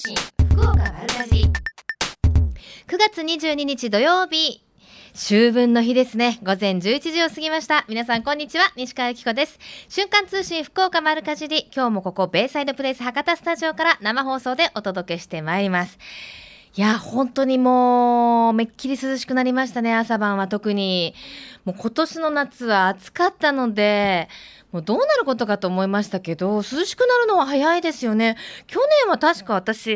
信福岡丸かじり9月22日土曜日、秋分の日ですね。午前11時を過ぎました。皆さんこんにちは、西川由紀子です。瞬間通信福岡丸かじり、今日もここベイサイドプレイス博多スタジオから生放送でお届けしてまいります。いや本当にもうめっきり涼しくなりましたね。朝晩は特にもう今年の夏は暑かったので、もうどうなることかと思いましたけど、涼しくなるのは早いですよね。去年は確か私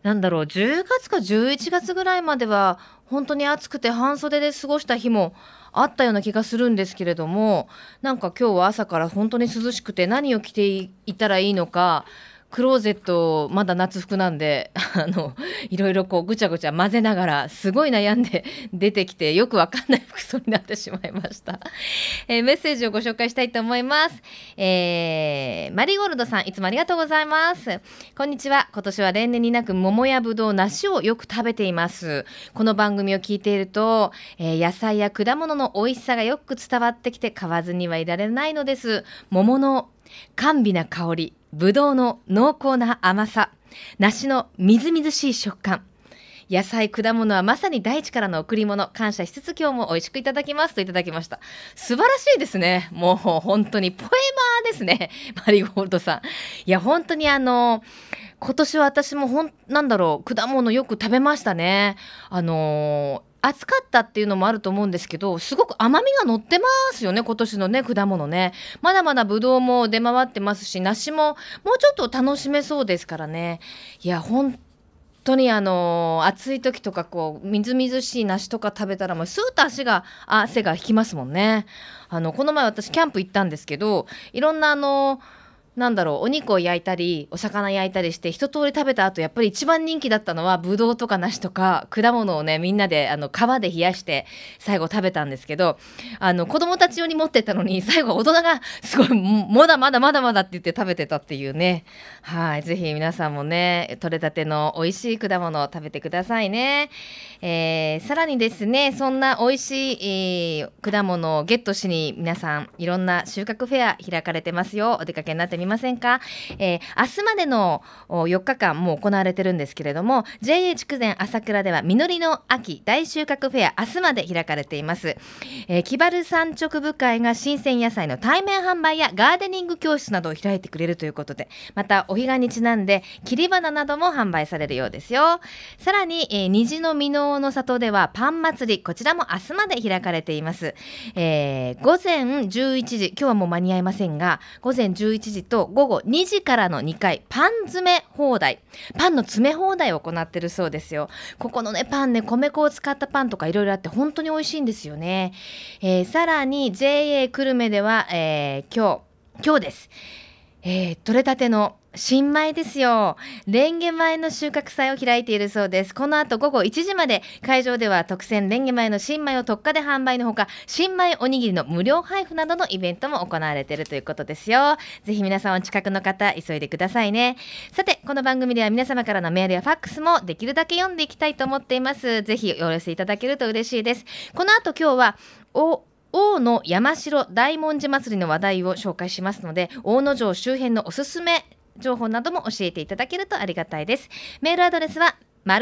10月か11月ぐらいまでは本当に暑くて半袖で過ごした日もあったような気がするんですけれども、なんか今日は朝から本当に涼しくて、何を着ていたらいいのか、クローゼットまだ夏服なんでいろいろこうぐちゃぐちゃ混ぜながらすごい悩んで出てきて、よくわかんない服装になってしまいました。メッセージをご紹介したいと思います。マリーゴールドさん、いつもありがとうございます。こんにちは。今年は例年になく桃やぶどう、梨をよく食べています。この番組を聞いていると、野菜や果物の美味しさがよく伝わってきて買わずにはいられないのです。桃の甘美な香り、ぶどうの濃厚な甘さ、梨のみずみずしい食感、野菜果物はまさに大地からの贈り物、感謝しつつ今日も美味しくいただきますといただきました。素晴らしいですね。もう本当にポエマーですね、マリーゴールドさん。いや本当に今年は私も果物よく食べましたね。暑かったっていうのもあると思うんですけど、すごく甘みが乗ってますよね、今年のね果物ね。まだまだぶどうも出回ってますし、梨ももうちょっと楽しめそうですからね。いや本当に暑い時とかこうみずみずしい梨とか食べたらもうスーッと汗が引きますもんね。この前私キャンプ行ったんですけど、いろんなお肉を焼いたりお魚焼いたりして一通り食べた後、やっぱり一番人気だったのはぶどうとか梨とか果物をね、みんなで皮で冷やして最後食べたんですけど、子供たち用に持ってったのに最後大人がすごいまだまだって言って食べてたっていうね。はい、ぜひ皆さんもね取れたての美味しい果物を食べてくださいね。さらにですね、そんな美味しい、果物をゲットしに皆さんいろんな収穫フェア開かれてますよ。お出かけになってみませんか。明日までの4日間もう行われてるんですけれども、 JA 筑前朝倉では実りの秋大収穫フェア、明日まで開かれています。木原産直部会が新鮮野菜の対面販売やガーデニング教室などを開いてくれるということで、またお彼岸にちなんで切り花なども販売されるようですよ。さらに、虹の箕面の里ではパン祭り、こちらも明日まで開かれています。午前11時、今日はもう間に合いませんが、午前11時と午後2時からの2回パン詰め放題、パンの詰め放題を行ってるそうですよ。ここのねパンね、米粉を使ったパンとかいろいろあって本当に美味しいんですよね。さらに JA 久留米では、今日です、取れたての新米ですよ。レンゲ米の収穫祭を開いているそうです。この後午後1時まで会場では特選レンゲ米の新米を特価で販売のほか、新米おにぎりの無料配布などのイベントも行われているということですよ。ぜひ皆さんお近くの方急いでくださいね。さて、この番組では皆様からのメールやファックスもできるだけ読んでいきたいと思っています。ぜひお寄せいただけると嬉しいです。この後今日は大野山城大文字祭りの話題を紹介しますので、大野城周辺のおすすめ情報なども教えていただけるとありがたいです。メールアドレスは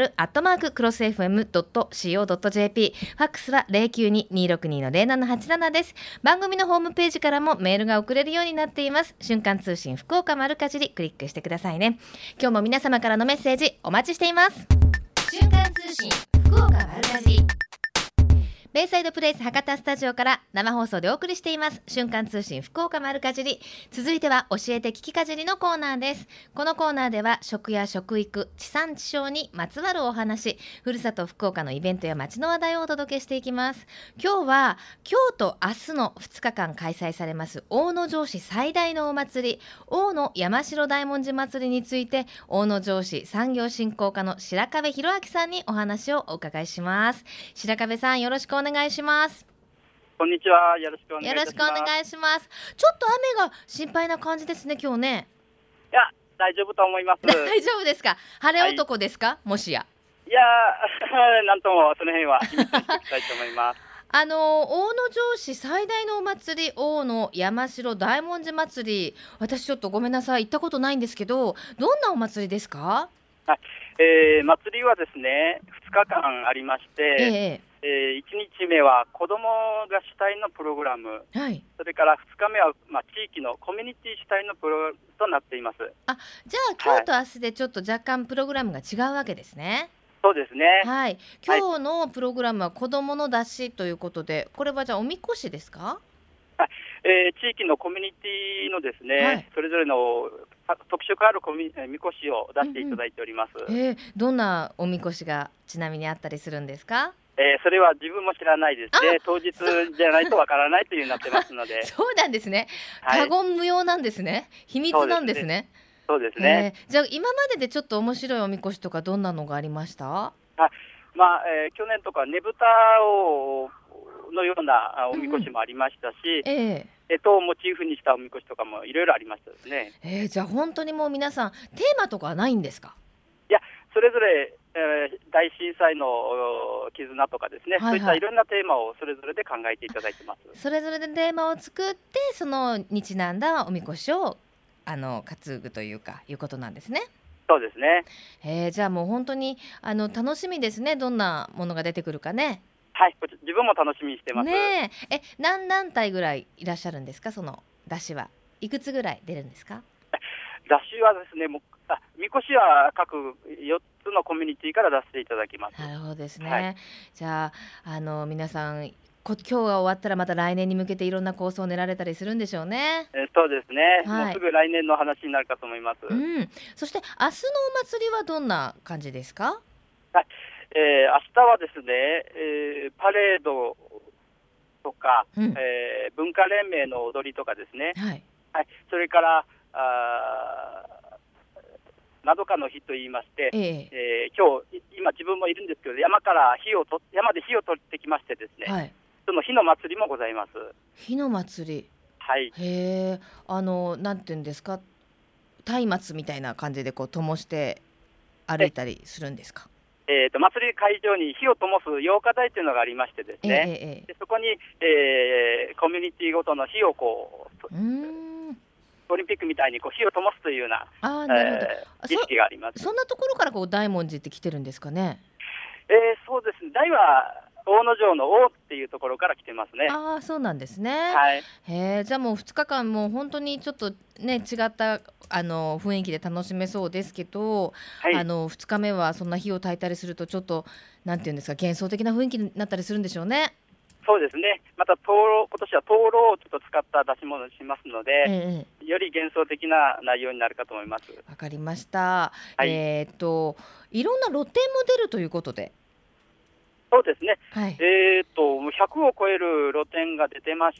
丸@crossfm.co.jp、 ファックスは 092-262-0787 です。番組のホームページからもメールが送れるようになっています。瞬間通信福岡丸かじり、クリックしてくださいね。今日も皆様からのメッセージお待ちしています。瞬間通信福岡丸かじり、ベイサイドプレイス博多スタジオから生放送でお送りしています瞬間通信福岡丸かじり。続いては教えて聞きかじりのコーナーです。このコーナーでは食や食育、地産地消にまつわるお話、ふるさと福岡のイベントや街の話題をお届けしていきます。今日は今日と明日の2日間開催されます大野城市最大のお祭り、大野山城大文字祭りについて、大野城市産業振興課の白壁弘明さんにお話をお伺いします。白壁さん、よろしくお願いします。 こんにちは、よろしくお願いします。 よろしくお願いします。ちょっと雨が心配な感じですね、今日ね。 いや、大丈夫と思います。 大丈夫ですか。晴れ男ですか、もしや。 いやなんともその辺は秘密にしておきたいと思います。 大野城市最大のお祭り、大野山城大文字祭り、私ちょっとごめんなさい、行ったことないんですけど、どんなお祭りですか？ 祭りはですね、2日間ありましええて、1日目は子どもが主体のプログラム、 はい。 それから2日目は、地域のコミュニティ主体のプログラムとなっています。 あ、じゃあ今はい。 日と明日でちょっと若干プログラムが違うわけですね。 そうですね。 はい。 はい。 今日のプログラムは子どもの出しということで、これはじゃあおみこしですか？ はい、地域のコミュニティのですね、 はい。 それぞれの特色あるみこしを出うんうん。 していただいております。 どんなおみこしがちなみにあったりするんですか？ それは自分も知らないですあ、 ね。当日そうじゃないとわからないというになってますので。 そうなんですね。 はい。 他言無用なんですね。秘密なんそうですね。 ですね。 そうですね。 じゃあ今まででちょっと面白いおみこしとかどんなのがありました？ あ、去年とかねぶたをのようなおみこしもありましたし、 ええ。 干支をモチーフにしたおみこしとかもいろいろありましたですね。 じゃあ本当にもう皆さんテーマとかはないんですか？ いや、それぞれ、大震災の絆とかですね、そういっはいはい。 たいろんなテーマをそれぞれで考えていただいてます。 それぞれでテーマを作って、そのにちなんだおみこしを担ぐというかいうことなんですね。 そうですね。 じゃあもう本当に楽しみですね。どんなものが出てくるかね。 はい、自分も楽しみにしてます。 ねえ。何団体ぐらいいらっしゃるんですか？その出しはいくつぐらい出るんですか？ 雑誌はですね、みこしは各4つのコミュニティから出していただきます。 なるほどですはい。 ね。じゃあ皆さん今日が終わったらまた来年に向けていろんな構想を練られたりするんでしょうね。 そうですね。もうはい。 すぐ来年の話になるかと思います。 うん。そして明日のお祭りはどんな感じですか？ はい。明日はですね、パレードとか、 うん。 文化連盟の踊りとかですね。 はい。 はい。それから、あなどかの日と言いまして、 ええ。 今日、今自分もいるんですけど、山で火を取ってきましてですね、 はい。 その火の祭りもございます。 火の祭り。 はい。 へえ。なんていうんですか、松明みたいな感じでこう灯して歩えいたりするんですか？ 祭り会場に火を灯す洋華台というのがありましてですええね、 ええええ。 でそこに、コミュニティごとの火をこう、 うーん。 オリンピックみたいにこう火を灯すというような、 ああ、なるほど。 儀式があります。 そんなところからこう大文字って来てるんですかね？ そうですね、大は大野城の王っていうところから来てますね。 ああ、そうなんですね。 はい。 じゃあもう2日間もう本当にちょっとね、違った雰囲気で楽しめそうですけど、 はい。 2日目はそんな火を焚いたりするとちょっと、なんていうんですか、幻想的な雰囲気になったりするんでしょうね。 そうですね。また今年は灯籠をちょっと使った出し物をしますので、 ええええ。 より幻想的な内容になるかと思います。 わかりました。 はい。 いろんな露店も出るということで。 そうですね。 はい。 100を超える露店が出てまして、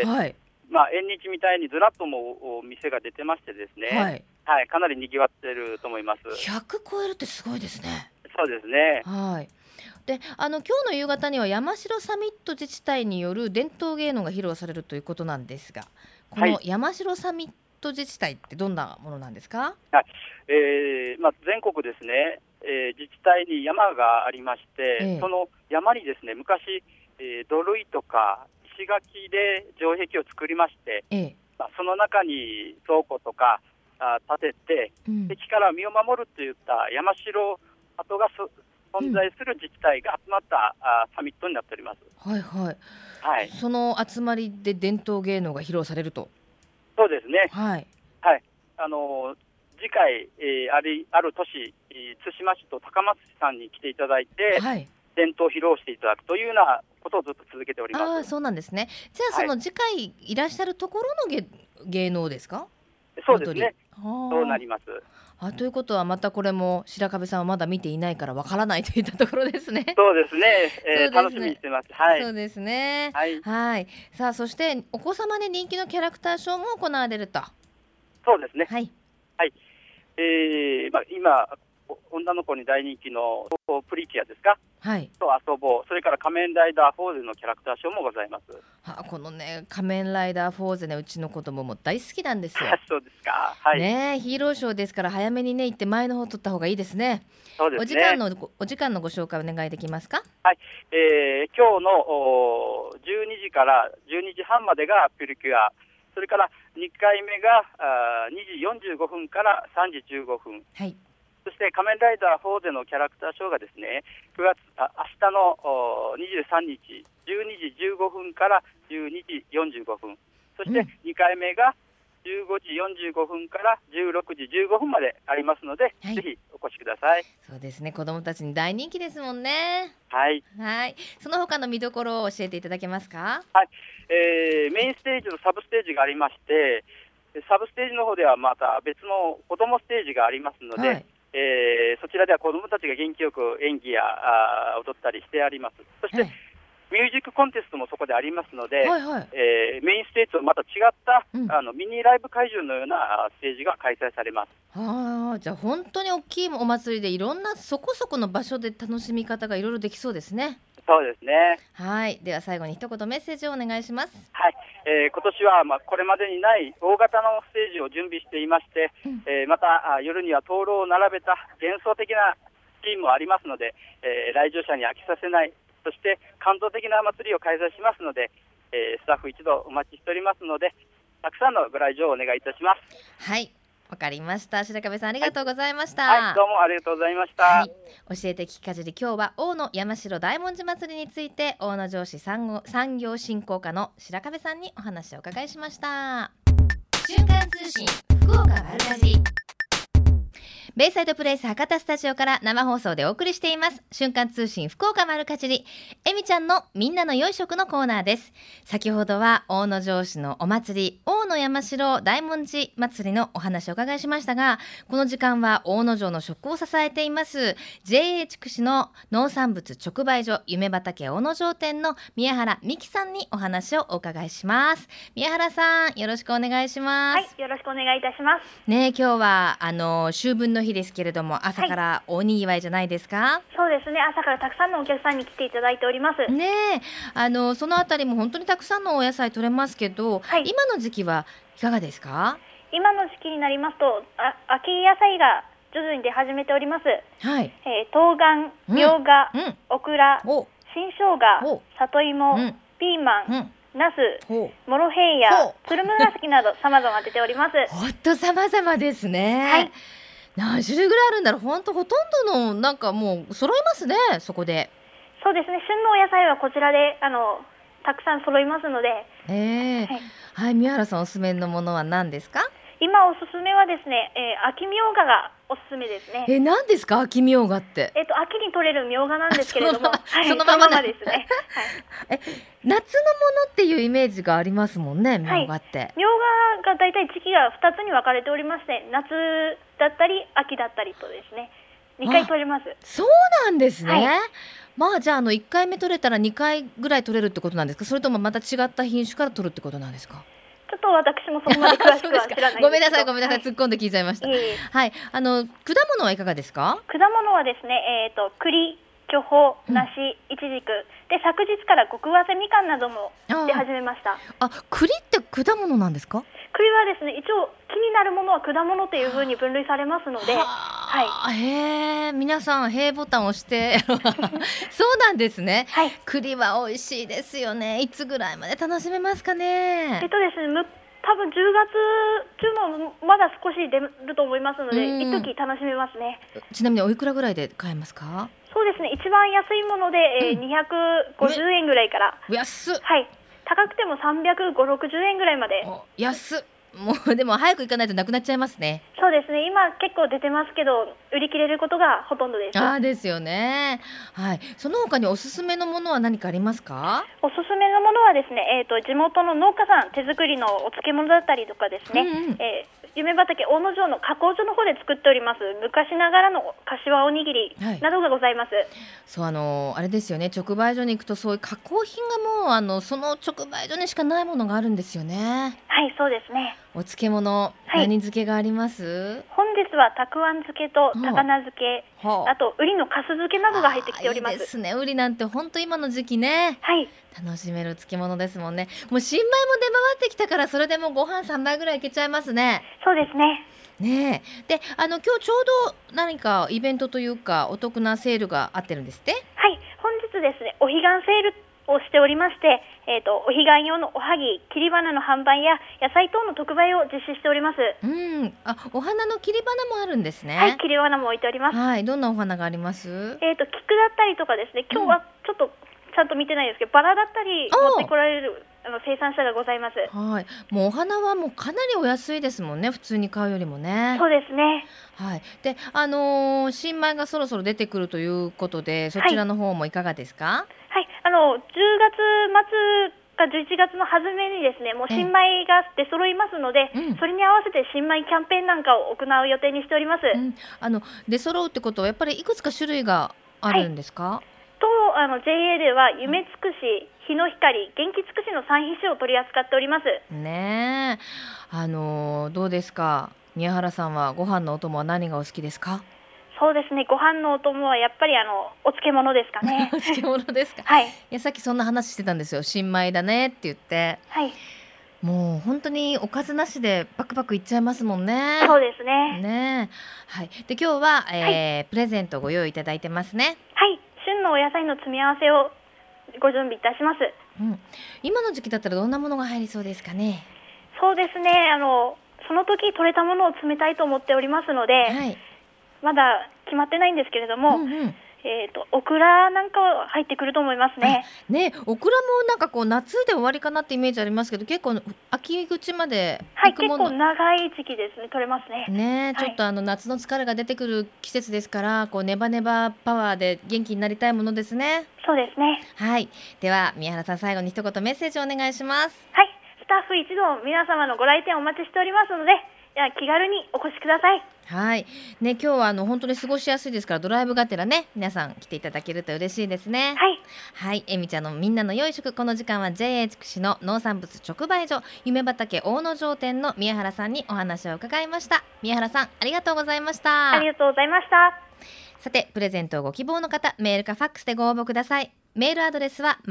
はい。 縁日みたいにずらっともう店が出てましてですね、 はい。 はい、かなり賑わってると思います。 100超えるってすごいですね。 そうですね。 はい。で、今日の夕方には山城サミット自治体による伝統芸能が披露されるということなんですが、こはい。 の山城サミット自治体ってどんなものなんですか？ はい。全国ですね、自治体に山がありましえて、そえ、 の山にですね、昔、土塁とか石垣で城壁を作りまして、 ええ、 その中に倉庫とか建てて、 うん、 敵から身を守るといった山城跡が存うん、 在する自治体が集まったサミットになっております。 はいはい。 はい。 その集まりで伝統芸能が披露されると。 そうですね。 はい。 はい。次回、ある都市、対馬市と高松市さんに来ていただいて、 はい。 伝統を披露していただくというようなことをずっと続けております。 ああ、そうなんですね。じゃあそはい。 の次回いらっしゃるところの芸能ですか？踊り。 そうですね。そうなります。 ということはまたこれも白壁さんはまだ見ていないからわからないといったところですね。 そうですね。 そうで楽しみにしすね。 てます。はい。 そうですね。 はい。 はい。さあそしてお子様で人気のキャラクターショーも行われると。 そうですね。 はい。 はい。今、女の子に大人気のプリキュアですかはい。 と遊ぼう。それから仮面ライダーフォーゼのキャラクターショーもございます。 このね仮面ライダーフォーゼね、うちの子供も大好きなんですよ。 そうですか。はい。 ねえ、ヒーローショーですから早めにね行って前の方取った方がいいですね。 そうですね。 お時間のご紹介お願いできますか？ はい。今日の12時から12時半までがプリキュア。それから2回目が2時45分から3時15分。 はい。 そして仮面ライダーフォーゼのキャラクターショーがですね、明日の23日12時15分から12時45分、そして2回目が15時45分から16時15分までありますので、ぜひお越しください。 そうですね、子どもたちに大人気ですもんね。 はい、 その他の見どころを教えていただけますか？ はい、メインステージとサブステージがありまして、サブステージの方ではまた別の子どもステージがありますので、そちらでは子どもたちが元気よく演技や踊ったりしてあります。そして、ミュージックコンテストもそこでありますので、メインステージとまた違った、ミニライブ会場のようなステージが開催されます。 じゃあ本当に大きいお祭りでいろんなそこそこの場所で楽しみ方がいろいろできそうですね。 そうですね。 では最後に一言メッセージをお願いします。 今年はこれまでにない大型のステージを準備していまして、また夜には灯籠を並べた幻想的なシーンもありますので、来場者に飽きさせない、そして感動的な祭りを開催しますので、スタッフ一同お待ちしておりますので、たくさんのご来場をお願いいたします。 わかりました。白壁さんありがとうございました。 どうもありがとうございました。 教えて聞きかじり、今日は大野山城大文字祭りについて大野城市産業振興課の白壁さんにお話をお伺いしました。瞬間通信福岡丸かじり、ベイサイドプレイス博多スタジオから生放送でお送りしています瞬間通信福岡丸かじり、えみちゃんのみんなの良い食のコーナーです。先ほどは大野城市のお祭り大野山城大文字祭りのお話をお伺いしましたが、この時間は大野城の食を支えています JA 筑紫の農産物直売所夢畑大野城店の宮原美希さんにお話をお伺いします。宮原さんよろしくお願いします。 よろしくお願いいたしますね。今日は秋分の日ですけれども、朝から大にぎわいじゃないですか？ そうですね、朝からたくさんのお客さんに来ていただいておりますね。そのあたりも本当にたくさんのお野菜取れますけど、今の時期はいかがですか？ 今の時期になりますと秋野菜が徐々に出始めております。冬瓜、みょうが、オクラ、新生姜、里芋、ピーマン、ナス、モロヘイヤ、つるむらさきなど様々出ております。 ほんと様々ですね。何種類ぐらいあるんだろう。ほんとほとんどのなんかもう揃いますね。そこで。 そうですね、旬のお野菜はこちらでたくさん揃いますので。 宮原さんおすすめのものは何ですか？ 今おすすめはですね、秋みょうががおすすめですね。 何ですか秋みょうがって？ 秋に取れるみょうがなんですけれども、 そのままですね。 夏のものっていうイメージがありますもんね、みょうがって。 みょうががだいたい時期が2つに分かれておりまして、夏だったり秋だったりとですね、2回取れます。 そうなんですね。じゃあ1回目取れたら2回ぐらい取れるってことなんですか？それともまた違った品種から取るってことなんですか？ ちょっと私もそこまで詳しくは知らないんですけど。 ごめんなさい、突っ込んで聞いちゃいました。果物はいかがですか？ 果物はですね、栗、巨峰、梨、イチジクで、昨日から極早生みかんなども出始めました。 栗って果物なんですか？ 栗はですね、一応気になるものは果物というふうに分類されますので、 皆さんへーボタンを押してそうなんですね。栗は美味しいですよね。いつぐらいまで楽しめますかね？ ですね、多分10月中もまだ少し出ると思いますので、一時楽しめますね。 ちなみにおいくらぐらいで買えますか？ そうですね、一番安いもので、250円ぐらいから、 安っ。 高くても350、60円ぐらいまで。 安っ。もうでも早く行かないとなくなっちゃいますね。 そうですね、今結構出てますけど売り切れることがほとんどです。 ですよね。その他におすすめのものは何かありますか？ おすすめのものはですね、地元の農家さん手作りのお漬物だったりとかですね、夢畑大野城の加工所の方で作っております昔ながらの柏おにぎりなどがございます。 あれですよね、直売所に行くとそういう加工品がもうその直売所にしかないものがあるんですよね。 そうですね。 お漬物、何漬けがあります？ 本日はたくあん漬けと高菜漬け、あとウリのかす漬けなどが入ってきております。 いいですね。ウリなんて本当今の時期ね、楽しめる漬物ですもんね。もう新米も出回ってきたから、それでもご飯3杯ぐらいいけちゃいますね。 そうですね。 で、今日ちょうど何かイベントというかお得なセールがあってるんですって？ 本日ですね、お彼岸セールをしておりまして、お彼岸用のおはぎ、切り花の販売や野菜等の特売を実施しております。 お花の切り花もあるんですね。 はい、切り花も置いております。 はい、どんなお花があります？ 菊だったりとかですね、今日はちょっとちゃんと見てないですけど、バラだったり持ってこられる生産者がございます。 はい、もうお花はもうかなりお安いですもんね、普通に買うよりもね。 そうですね。 はい、で、新米がそろそろ出てくるということで、そちらの方もいかがですか？ はい、10月末か11月の初めにですね、もう新米が出揃いますので、それに合わせて新米キャンペーンなんかを行う予定にしております。 出揃うってことはやっぱりいくつか種類があるんですか？ JA では夢つくし、日の光、元気つくしの3品種を取り扱っておりますね。どうですか、宮原さんはご飯のお供は何がお好きですか？ そうですね、ご飯のお供はやっぱりお漬物ですかね。 お漬物ですか？ はい。 いや、さっきそんな話してたんですよ。新米だねって言って、 はい。 もう本当におかずなしでバクバクいっちゃいますもんね。 そうですね。 ね、はい。で、今日は、プレゼントをご用意いただいてますね。 はい、旬のお野菜の詰め合わせをご準備いたします。 今の時期だったらどんなものが入りそうですかね？ そうですね、その時取れたものを詰めたいと思っておりますので、はい、まだ決まってないんですけれども、オクラなんかは入ってくると思いますね。 オクラもなんかこう夏で終わりかなってイメージありますけど、結構秋口まで行くもの、結構長い時期ですね、取れますね。ちょっと夏の疲れが出てくる季節ですから、こうネバネバパワーで元気になりたいものですね。 そうですね。 はい。では宮原さん、最後に一言メッセージをお願いします。 はい、スタッフ一同皆様のご来店お待ちしておりますので、気軽にお越しください。 はい、ね、今日は本当に過ごしやすいですから、ドライブがてらね、皆さん来ていただけると嬉しいですね。 はい、 はい、えみちゃんのみんなの良い食、この時間は JA 筑紫の農産物直売所夢畑大野城店の宮原さんにお話を伺いました。宮原さん、ありがとうございました。 ありがとうございました。 さて、プレゼントをご希望の方、メールかファックスでご応募ください。メールアドレスは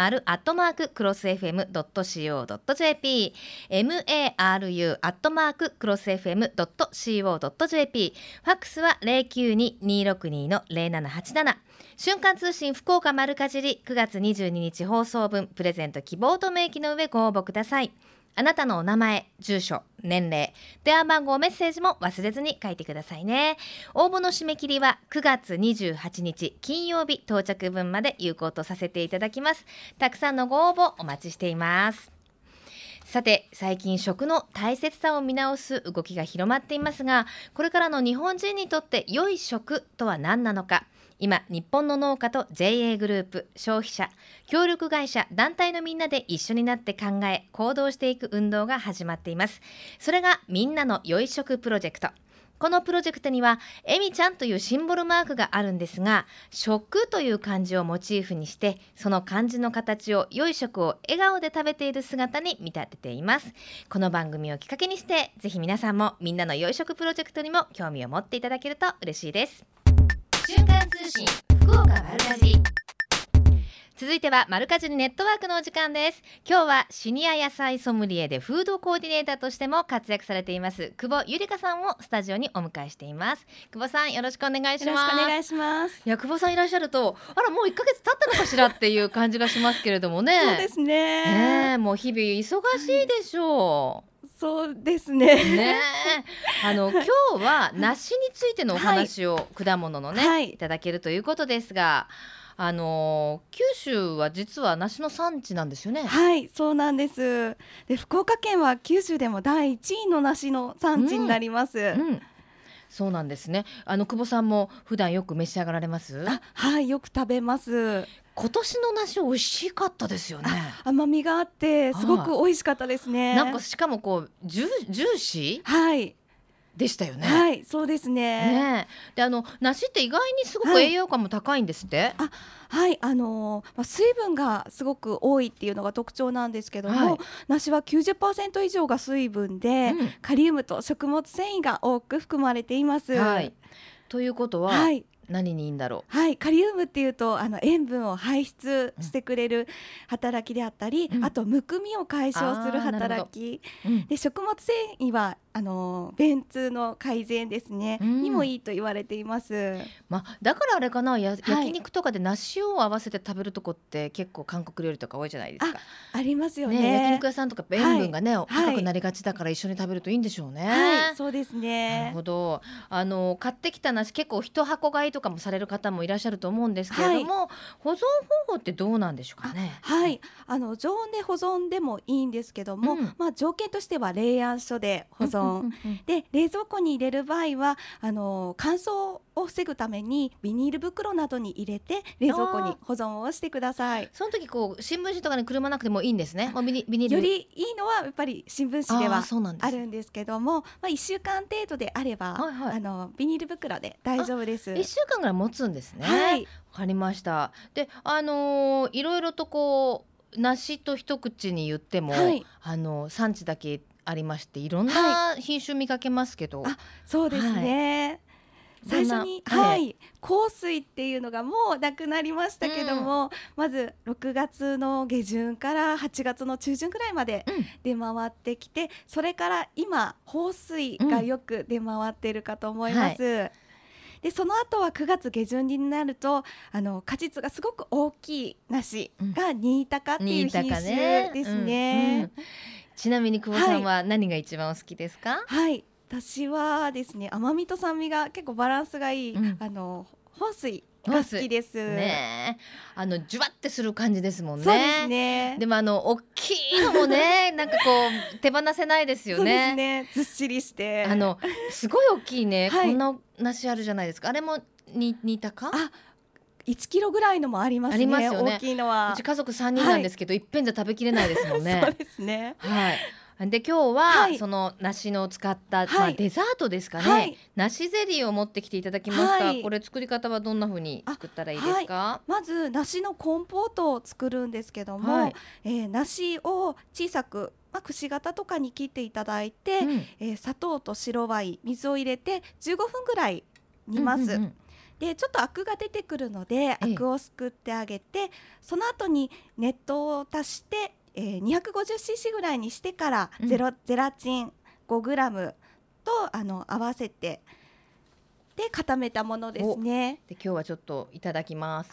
maru@crossfm.co.jp maru@crossfm.co.jp ファックスは 092-262-0787 瞬間通信福岡丸かじり9月22日放送分プレゼント希望と明記の上ご応募ください。あなたのお名前、住所、年齢、電話番号、メッセージも忘れずに書いてくださいね。応募の締め切りは9月28日金曜日到着分まで有効とさせていただきます。たくさんのご応募お待ちしています。さて、最近食の大切さを見直す動きが広まっていますが、これからの日本人にとって良い食とは何なのか。今、日本の農家と JA グループ、消費者、協力会社、団体のみんなで一緒になって考え、行動していく運動が始まっています。それがみんなの良い食プロジェクト。このプロジェクトにはえみちゃんというシンボルマークがあるんですが、食という漢字をモチーフにして、その漢字の形を良い食を笑顔で食べている姿に見立てています。この番組をきっかけにして、ぜひ皆さんもみんなの良い食プロジェクトにも興味を持っていただけると嬉しいです。瞬間通信福岡丸かじり。続いては丸かじりネットワークのお時間です。今日はシニア野菜ソムリエでフードコーディネーターとしても活躍されています久保ゆりかさんをスタジオにお迎えしています。久保さん、よろしくお願いします。 よろしくお願いします。 いや、久保さんいらっしゃると、あら、もう1ヶ月経ったのかしらっていう感じがしますけれどもね。 そうですね。 もう日々忙しいでしょう。 そうですね。 今日は梨についてのお話を、果物のね、いただけるということですが、九州は実は梨の産地なんですよね。 はい、そうなんです。で、福岡県は九州でも第1位の梨の産地になります。 そうなんですね。久保さんも普段よく召し上がられます？ はい、よく食べます。 今年の梨美味しかったですよね。 甘みがあってすごく美味しかったですね。 なんかしかもこうジューシー、はい、でしたよね。 はい、そうですね。 で、梨って意外にすごく栄養価も高いんですって。 はい、水分がすごく多いっていうのが特徴なんですけども、梨は 90% 以上が水分で、カリウムと食物繊維が多く含まれています。 ということは、何にいいんだろう。 はい、カリウムっていうと塩分を排出してくれる働きであったり、あとむくみを解消する働き、で食物繊維は便通の改善ですね、にもいいと言われています。 だからあれかな、焼肉とかで梨を合わせて食べるとこって結構韓国料理とか多いじゃないですか。 ありますよね。 焼肉屋さんとか塩分がね、高くなりがちだから一緒に食べるといいんでしょうね。 そうですね。 なるほど。買ってきた梨結構一箱買いとかもされる方もいらっしゃると思うんですけれども、保存方法ってどうなんでしょうかね。 常温で保存でもいいんですけども、条件としては冷暗所で保存、で冷蔵庫に入れる場合は乾燥を防ぐためにビニール袋などに入れて冷蔵庫に保存をしてください。 その時新聞紙とかにくるまなくてもいいんですね。ビニールよりいいのはやっぱり新聞紙ではあるんですけども、1週間程度であれば、ビニール袋で大丈夫です。 1週間ぐらい持つんですね。わかりました。でいろいろと梨と一口に言っても、産地だけありましていろんな品種見かけますけど、 そうですね。最初に、香水っていうのがもうなくなりましたけども、まず6月の下旬から8月の中旬ぐらいまで出回ってきて、それから今豊水がよく出回っているかと思います。でその後は9月下旬になると果実がすごく大きい梨が新高っていう品種ですね。 ちなみに久保さんは何が一番お好きですか？ 私はですね、甘みと酸味が結構バランスがいい、豊水が好きですね。ジュワってする感じですもんね。 そうですね。 でも大きいのもねなんか手放せないですよね。 そうですね。ずっしりしてすごい大きいね、こんな梨あるじゃないですか。あれも新高 1キロぐらいのもありますね。大きいのは。 うち家族3人なんですけど、いっぺんじゃ食べきれないですもんね。 そうですね。 で今日は、その梨の使った、デザートですかね、梨ゼリーを持ってきていただきました。これ作り方はどんな風に作ったらいいですか？ まず梨のコンポートを作るんですけども、梨を小さくくし形とかに切っていただいて、砂糖と白ワイン水を入れて15分ぐらい煮ます。でちょっとアクが出てくるのでアクをすくってあげて、その後に熱湯を足して250cc ぐらいにしてからゼラチン 5g と合わせてで固めたものですね。 で今日はちょっといただきます。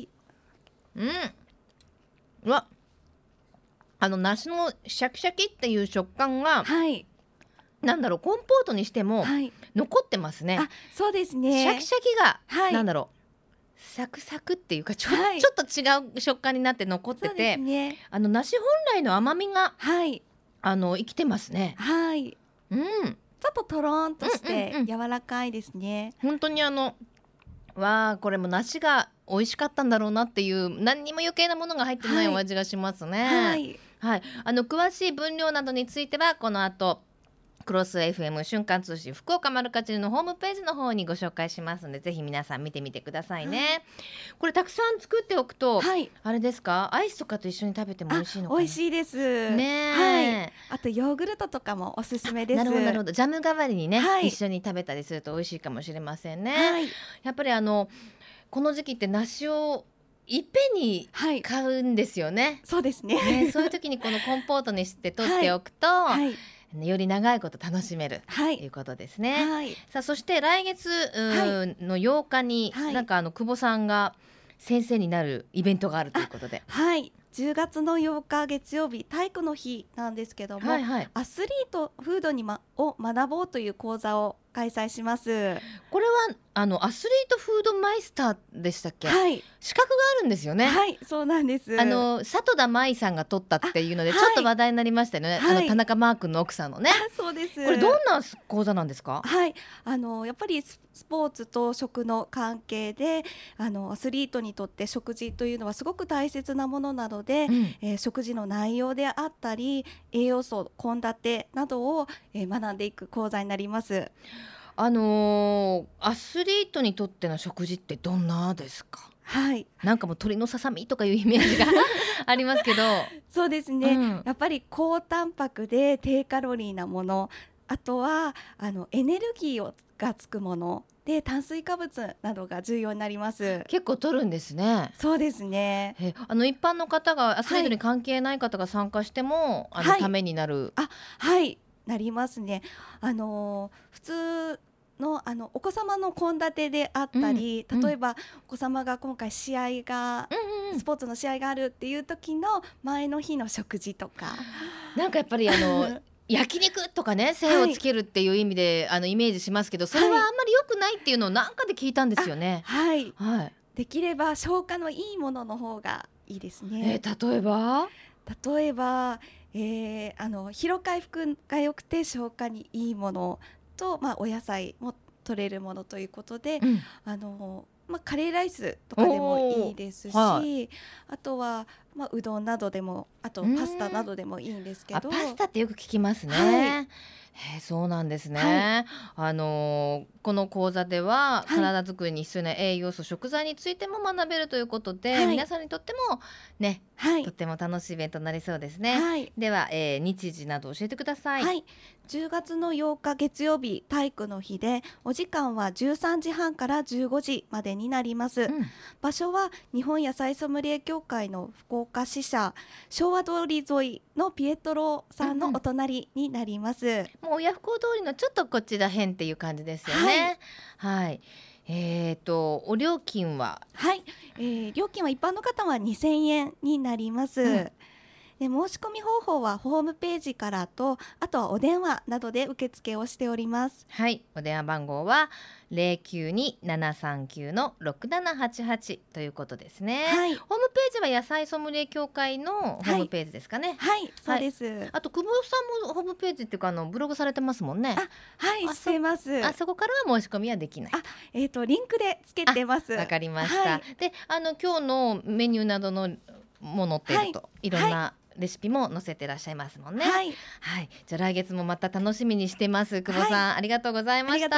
うわ梨のシャキシャキっていう食感が、なんだろう、コンポートにしても残ってますね。 そうですね。 シャキシャキが、なんだろう、サクサクっていうかちょっと違う食感になって残ってて、梨本来の甘みが、生きてますね。 ちょっととろんとして柔らかいですね。 本当にこれも梨が美味しかったんだろうなっていう何にも余計なものが入ってないお味がしますね。詳しい分量などについてはこの後クロス FM 瞬間通信福岡丸かじりのホームページの方にご紹介しますので、ぜひ皆さん見てみてくださいね。これたくさん作っておくと、あれですか、アイスとかと一緒に食べても美味しいのかな？ 美味しいですね。あとヨーグルトとかもおすすめです。 なるほどなるほど。ジャム代わりにね、一緒に食べたりすると美味しいかもしれませんね。やっぱりこの時期って梨をいっぺんに買うんですよね。 そうですね。 そういう時にこのコンポートにして取っておくと、より長いこと楽しめるということですね。さあそして来月の8日に、なんか久保さんが先生になるイベントがあるということで、 10月の8日月曜日体育の日なんですけども、アスリートフードを学ぼうという講座を開催します。 これはアスリートフードマイスターでしたっけ？資格があるんですよね。 そうなんです。 里田舞さんが取ったっていうのでちょっと話題になりましたよね。田中マー君の奥さんのね。 そうです。 これどんな講座なんですか？ やっぱりスポーツと食の関係でアスリートにとって食事というのはすごく大切なものなので、食事の内容であったり栄養素献立などを、学んでいく講座になります。 アスリートにとっての食事ってどんなですか？なんかもう鶏のささみとかいうイメージがありますけどそうですね、やっぱり高タンパクで低カロリーなもの、あとはエネルギーがつくもので炭水化物などが重要になります。 結構取るんですね。 そうですね。 一般の方がアスリートに関係ない方が参加しても、ためになる。 なりますね。普通のお子様の献立であったり、例えばお子様が今回試合が、スポーツの試合があるっていう時の前の日の食事とか、 なんかやっぱり焼肉とかね、精をつけるっていう意味で、イメージしますけど、それはあんまり良くないっていうのをなんかで聞いたんですよね。 はい、できれば消化のいいものの方がいいですね。 例えば疲労回復が良くて消化にいいものと、お野菜も取れるものということで、カレーライスとかでもいいですし、あとは、うどんなどでも、あとパスタなどでもいいんですけど。 パスタってよく聞きますね。そうなんですね。この講座では体づくりに必要な栄養素、食材についても学べるということで、皆さんにとってもね、とっても楽しいイベントになりそうですね。では、日時など教えてください。 10月の8日月曜日、体育の日で、お時間は13時半から15時までになります。場所は日本野菜ソムリエ協会の福岡支社昭和通り沿いのピエトロさんのお隣になります。 もう親不孝通りのちょっとこっちら辺っていう感じですよね。お料金は、 料金は一般の方は2000円になります。で、申し込み方法はホームページからと、あとはお電話などで受付をしております。 お電話番号は092-739-6788ということですね。ホームページは野菜ソムリエ協会のホームページですかね。 そうです。 あと久保さんもホームページっていうかブログされてますもんね。 してます。 そこからは申し込みはできない。 リンクでつけてます。 わかりました。で、今日のメニューなどのも載っていると、いろんなレシピも載せてらっしゃいますもんね。じゃあ来月もまた楽しみにしてます。久保さん、ありがとうございました。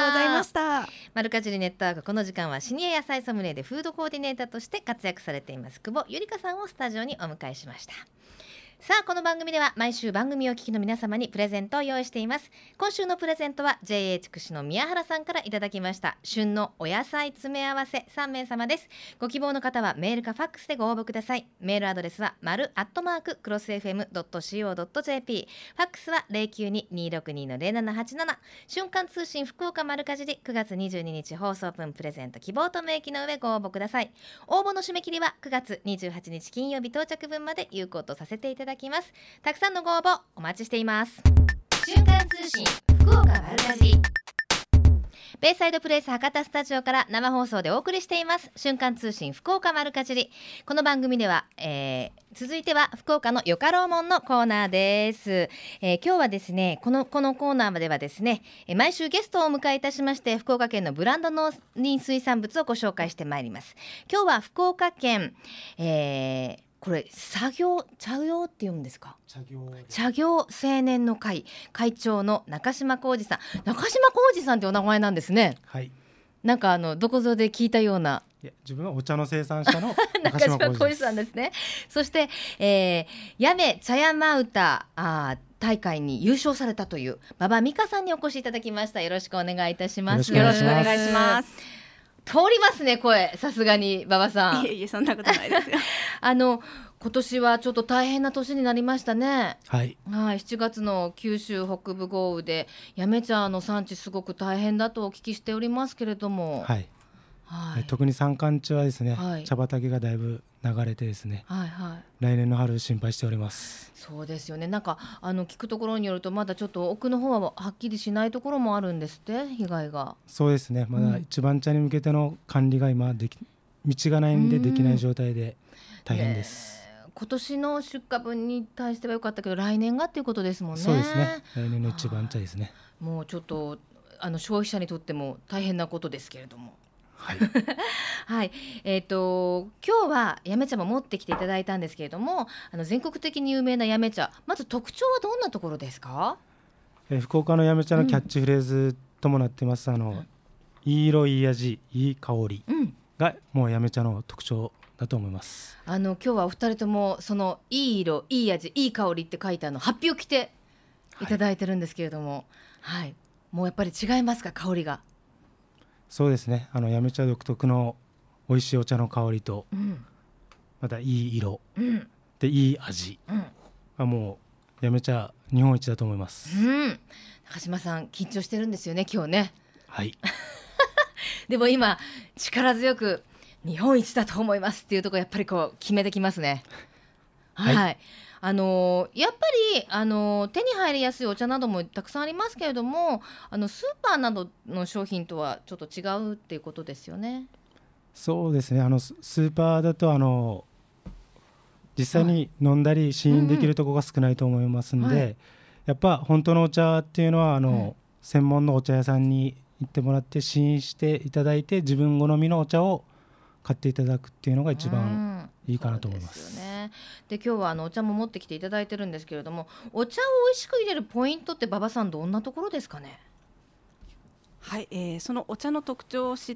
マルカジリネットワーク、この時間はシニア野菜ソムリエでフードコーディネーターとして活躍されています久保ゆりかさんをスタジオにお迎えしました。さあ、この番組では毎週番組をお聞きの皆様にプレゼントを用意しています。今週のプレゼントは JA 筑紫の宮原さんからいただきました旬のお野菜詰め合わせ3名様です。ご希望の方はメールかファックスでご応募ください。メールアドレスはmaru@crossfm.co.jp、 ファックスは 092-262-0787。 瞬間通信福岡丸かじり9月22日放送分プレゼント希望と明記の上ご応募ください。応募の締め切りは9月28日金曜日到着分まで有効とさせていただきます。たくさんのご応募お待ちしています。瞬間通信福岡丸かじり、ベイサイドプレイス博多スタジオから生放送でお送りしています瞬間通信福岡丸かじり。この番組では、続いては福岡のよかろうもんのコーナーです。今日はですね、このコーナーではですね、毎週ゲストをお迎えいたしまして、福岡県のブランド農林水産物をご紹介してまいります。今日は福岡県、これ茶業って読むんですか？茶業青年の会会長の中島浩二さん。中島浩二さんってお名前なんですね。なんかどこぞで聞いたような。 自分はお茶の生産者の中島浩二さんですね。そして、八女茶山歌大会に優勝されたという馬場美香さんにお越しいただきました。よろしくお願いいたします。 よろしくお願いします。 通りますね、声。さすがに馬場さん。 いえそんなことないですよ。 今年はちょっと大変な年になりましたね。 7 月の九州北部豪雨で八女茶の産地すごく大変だとお聞きしておりますけれども、 特に山間地はですね、茶畑がだいぶ流れてですね、来年の春心配しております。 そうですよね。なんか聞くところによるとまだちょっと奥の方ははっきりしないところもあるんですって、被害が。 そうですね、まだ一番茶に向けての管理が今道がないんでできない状態で大変です。 今年の出荷分に対しては良かったけど来年がっていうことですもんね。 そうですね、来年の一番茶ですね。 もうちょっと消費者にとっても大変なことですけれども、今日は八女茶も持ってきていただいたんですけれども、全国的に有名な八女茶、まず特徴はどんなところですか？ 福岡の八女茶のキャッチフレーズともなってます、いい色いい味いい香りがもう八女茶の特徴だと思います。 今日はお二人ともそのいい色いい味いい香りって書いてハッピーを着ていただいてるんですけれども、もうやっぱり違いますか、香りが？ そうですね、八女茶独特の美味しいお茶の香りと、またいい色、でいい味、もうやめ茶日本一だと思います。 中島さん緊張してるんですよね今日ね。 はいでも今力強く日本一だと思いますっていうところやっぱりこう決めてきますね。はい、やっぱり手に入りやすいお茶などもたくさんありますけれども、スーパーなどの商品とはちょっと違うっていうことですよね。 そうですね、スーパーだと実際に飲んだり試飲できるところが少ないと思いますんで、やっぱ本当のお茶っていうのは専門のお茶屋さんに行ってもらって試飲していただいて自分好みのお茶を買っていただくっていうのが一番いいかなと思います。 そうですよね。で今日はお茶も持ってきていただいてるんですけれども、お茶を美味しく入れるポイントって馬場さんどんなところですかね。 はい、そのお茶の特徴を知って、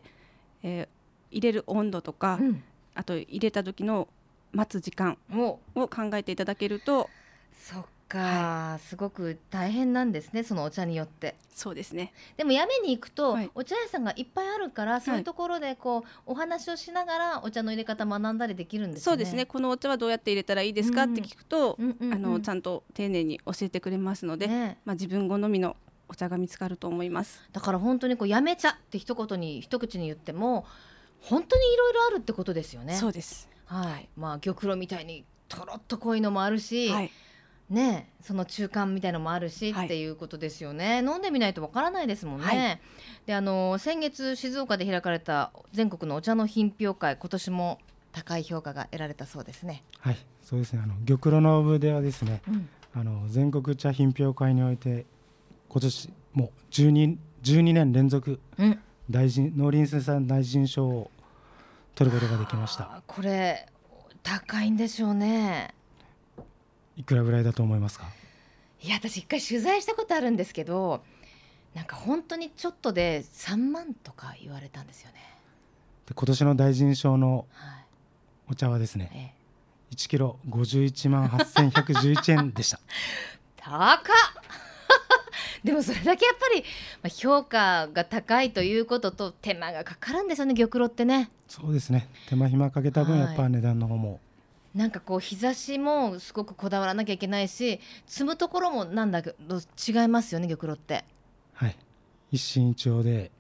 入れる温度とか、あと入れた時の待つ時間を考えていただけると。 そっか、すごく大変なんですねそのお茶によって。 そうですね。 でもやめに行くと、お茶屋さんがいっぱいあるから、そういうところでこうお話をしながらお茶の入れ方学んだりできるんですね。 そうですね。このお茶はどうやって入れたらいいですかって聞くと、ちゃんと丁寧に教えてくれますので、自分好みのお茶が見つかると思います。 だから本当にやめ茶って一口に言っても本当にいろいろあるってことですよね。 そうです。 玉露みたいにとろっと濃いのもあるし、ね、その中間みたいのもあるし、っていうことですよね。飲んでみないとわからないですもんね。で先月静岡で開かれた全国のお茶の品評会、今年も高い評価が得られたそうですね。 はい、そうですね。玉露の部ではですね、全国茶品評会において今年もう12年連続、農林水産大臣賞を取ることができました。 これ高いんでしょうね。 いくらぐらいだと思いますか。 いや私一回取材したことあるんですけど、なんか本当にちょっとで3万とか言われたんですよね。 で今年の大臣賞のお茶はですね、1キロ51万8111円でした。 高っでもそれだけやっぱり、評価が高いということと手間がかかるんですよね、玉露ってね。 そうですね、手間暇かけた分やっぱ値段の方も、 なんか日差しもすごくこだわらなきゃいけないし、摘むところもなんだけど違いますよね、玉露って。 はい、一心一葉で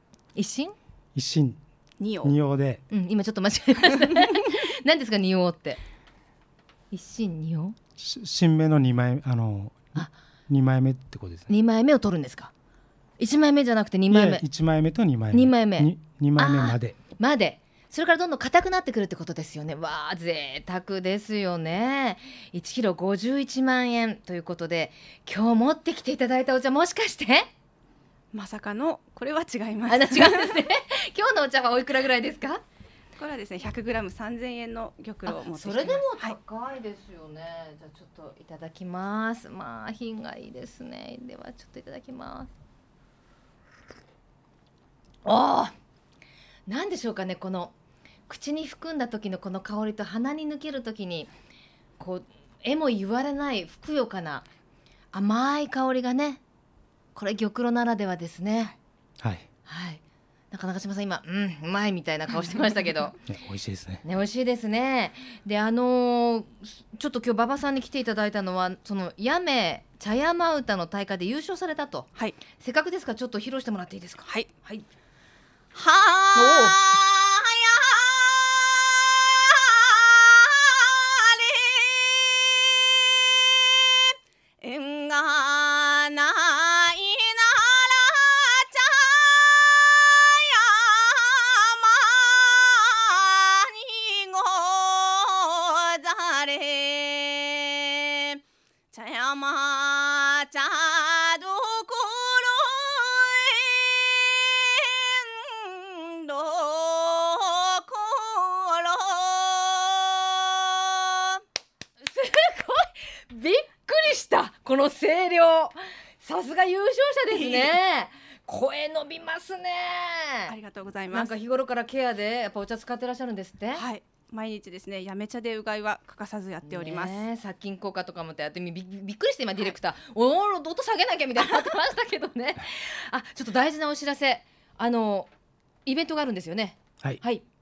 二葉で、 今ちょっと間違えましたね何ですか二葉って。一心二葉、 新芽の2枚2枚目ってことですね。 2枚目を取るんですか。1枚目じゃなくて2枚目。 1枚目と2枚目。 2枚目。 2枚目まで。それからどんどん硬くなってくるってことですよね。わあ、贅沢ですよね。1キロ51万円ということで、今日持ってきていただいたお茶、もしかしてまさかのこれは違います。 違うんですね今日のお茶はおいくらぐらいですか。 これはですね、100g3000円の玉露を持ってきてます。 それでも高いですよね。じゃあちょっといただきます。品がいいですね。ではちょっといただきます。なんでしょうかね、この口に含んだ時のこの香りと鼻に抜ける時にえも言われないふくよかな甘い香りがね、これ玉露ならではですね。はい。中島さん今うまいみたいな顔してましたけど美味しいですね。 美味しいですね。でちょっと今日馬場さんに来ていただいたのはその八女茶山歌の大会で優勝されたと。せっかくですからちょっと披露してもらっていいですか。は縁がないこの声量、さすが優勝者ですね声伸びますね。 ありがとうございます。 なんか日頃からケアでやっぱお茶使ってらっしゃるんですって。 はい、毎日ですね、やめ茶でうがいは欠かさずやっております。 殺菌効果とかもやってびっくりして今ディレクター、音下げなきゃみたいになってましたけどねちょっと大事なお知らせ、イベントがあるんですよね。 はい、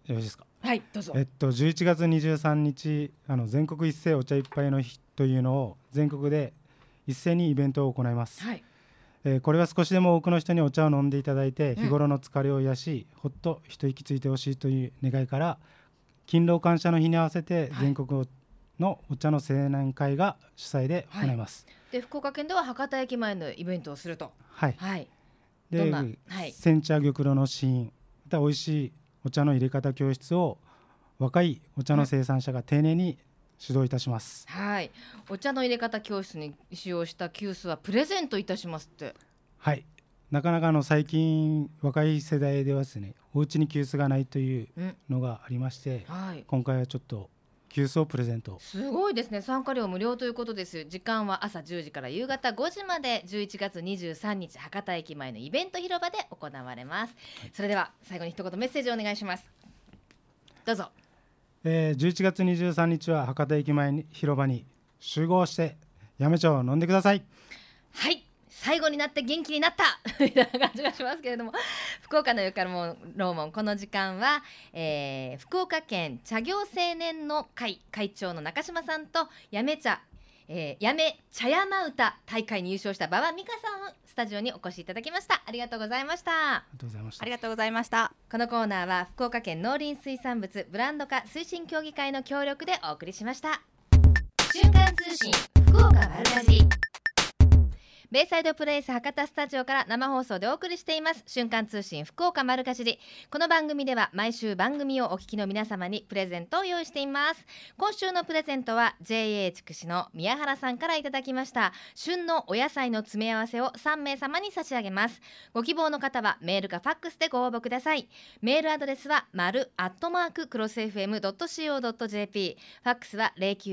よろしいですか。 はい、どうぞ。 11月23日全国一斉お茶一杯の日というのを全国で一斉にイベントを行います。 はい。 これは少しでも多くの人にお茶を飲んでいただいて、日頃の疲れを癒し、ほっと一息ついてほしいという願いから勤労感謝の日に合わせて全国のお茶の青年会が主催で行います。 で福岡県では博多駅前のイベントをすると。 はい、でどんな、 煎茶玉露の試飲、また美味しいお茶の入れ方教室を若いお茶の生産者が丁寧に指導いたします。 はい、お茶の入れ方教室に使用した急須はプレゼントいたしますって。 はい、なかなか最近若い世代ではですね、お家に急須がないというのがありまして、今回はちょっと急須をプレゼント。 すごいですね。参加料無料ということです。時間は朝10時から夕方5時まで、11月23日博多駅前のイベント広場で行われます。それでは最後に一言メッセージをお願いします。どうぞ。 11月23日は博多駅前に広場に集合して八女茶を飲んでください。 はい、最後になって元気になったみたいな感じがしますけれども、福岡のよかろうもん、この時間は、福岡県茶業青年の会会長の中島さんと八女茶茶山歌大会に優勝した馬場美香さん、スタジオにお越しいただきました。ありがとうございました。 ありがとうございました。 このコーナーは福岡県農林水産物ブランド化推進協議会の協力でお送りしました。瞬間通信福岡丸かじり、ベイサイドプレイス博多スタジオから生放送でお送りしています瞬間通信福岡丸かじり。この番組では毎週番組をお聞きの皆様にプレゼントを用意しています。今週のプレゼントは JA 筑紫の宮原さんからいただきました旬のお野菜の詰め合わせを3名様に差し上げます。ご希望の方はメールかファックスでご応募ください。メールアドレスは丸@crossfm.co.jp、 ファックスは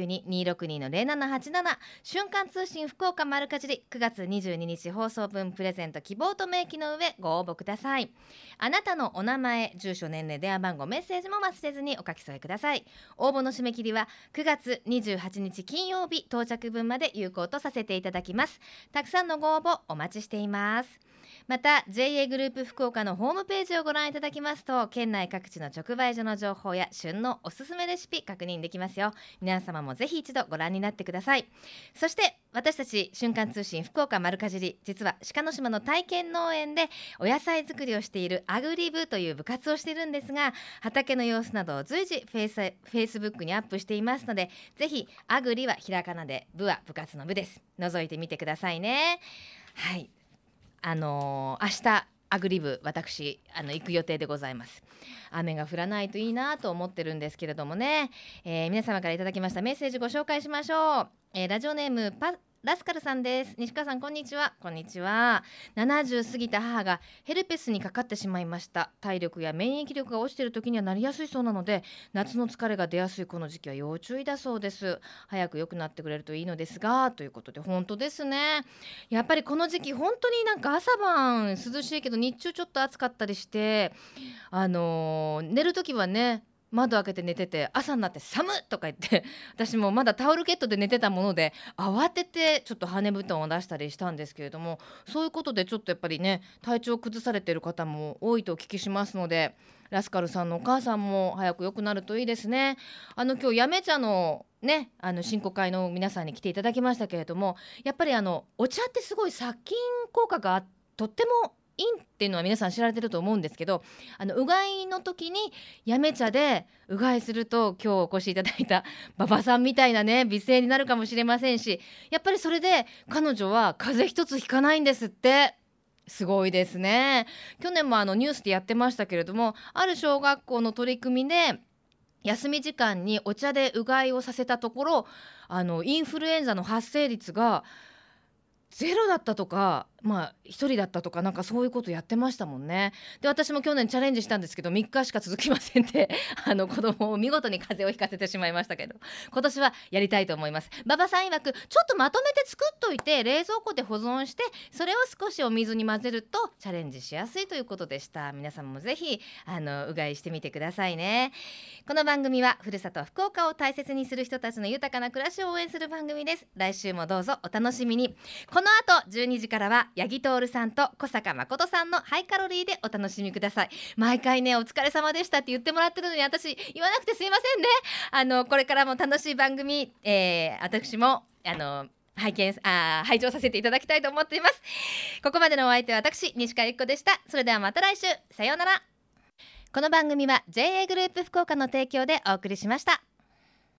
092-262-0787。 瞬間通信福岡丸かじり、9月22日放送分プレゼント希望と明記の上ご応募ください。あなたのお名前、住所、年齢、電話番号、メッセージも忘れずにお書き添えください。応募の締め切りは9月28日金曜日到着分まで有効とさせていただきます。たくさんのご応募お待ちしています。また JA グループ福岡のホームページをご覧いただきますと、県内各地の直売所の情報や旬のおすすめレシピ確認できますよ。皆様もぜひ一度ご覧になってください。そして私たち瞬間通信福岡丸かじり、実は鹿の島の体験農園でお野菜作りをしているアグリ部という部活をしているんですが、畑の様子などを随時フェイスブックにアップしていますので、ぜひアグリはひらがなで、部は部活の部です。覗いてみてくださいね。はい、明日アグリ部私行く予定でございます。雨が降らないといいなと思ってるんですけれどもね、皆様からいただきましたメッセージご紹介しましょう。ラジオネームラスカルさんです。西川さんこんにちは。こんにちは。70過ぎた母がヘルペスにかかってしまいました。体力や免疫力が落ちている時にはなりやすいそうなので、夏の疲れが出やすいこの時期は要注意だそうです。早く良くなってくれるといいのですが、ということで本当ですね。やっぱりこの時期本当になんか朝晩涼しいけど日中ちょっと暑かったりして、寝る時はね窓開けて寝てて、朝になって寒っとか言って私もまだタオルケットで寝てたもので慌ててちょっと羽布団を出したりしたんですけれども、そういうことでちょっとやっぱりね体調を崩されている方も多いとお聞きしますので、ラスカルさんのお母さんも早く良くなるといいですね。今日八女茶のね振興会の皆さんに来ていただきましたけれども、やっぱりお茶ってすごい殺菌効果がとってもいいっていうのは皆さん知られてると思うんですけど、うがいの時に八女茶でうがいすると、今日お越しいただいた馬場さんみたいなね美声になるかもしれませんし、やっぱりそれで彼女は風邪一つひかないんですって。すごいですね。去年もニュースでやってましたけれども、ある小学校の取り組みで休み時間にお茶でうがいをさせたところ、インフルエンザの発生率がゼロだったとか、1人だったとか、なんかそういうことやってましたもんね。で私も去年チャレンジしたんですけど3日しか続きませんで子供を見事に風邪をひかせてしまいましたけど、今年はやりたいと思います。馬場さん曰くちょっとまとめて作っといて冷蔵庫で保存して、それを少しお水に混ぜるとチャレンジしやすいということでした。皆さんもぜひうがいしてみてくださいね。この番組はふるさと福岡を大切にする人たちの豊かな暮らしを応援する番組です。来週もどうぞお楽しみに。この後12時からは八木徹さんと小坂誠さんのハイカロリーでお楽しみください。毎回ねお疲れ様でしたって言ってもらってるのに私言わなくてすいませんね。これからも楽しい番組、私も拝聴させていただきたいと思っています。ここまでのお相手は私西川由紀子でした。それではまた来週、さようなら。この番組は JA グループ福岡の提供でお送りしました。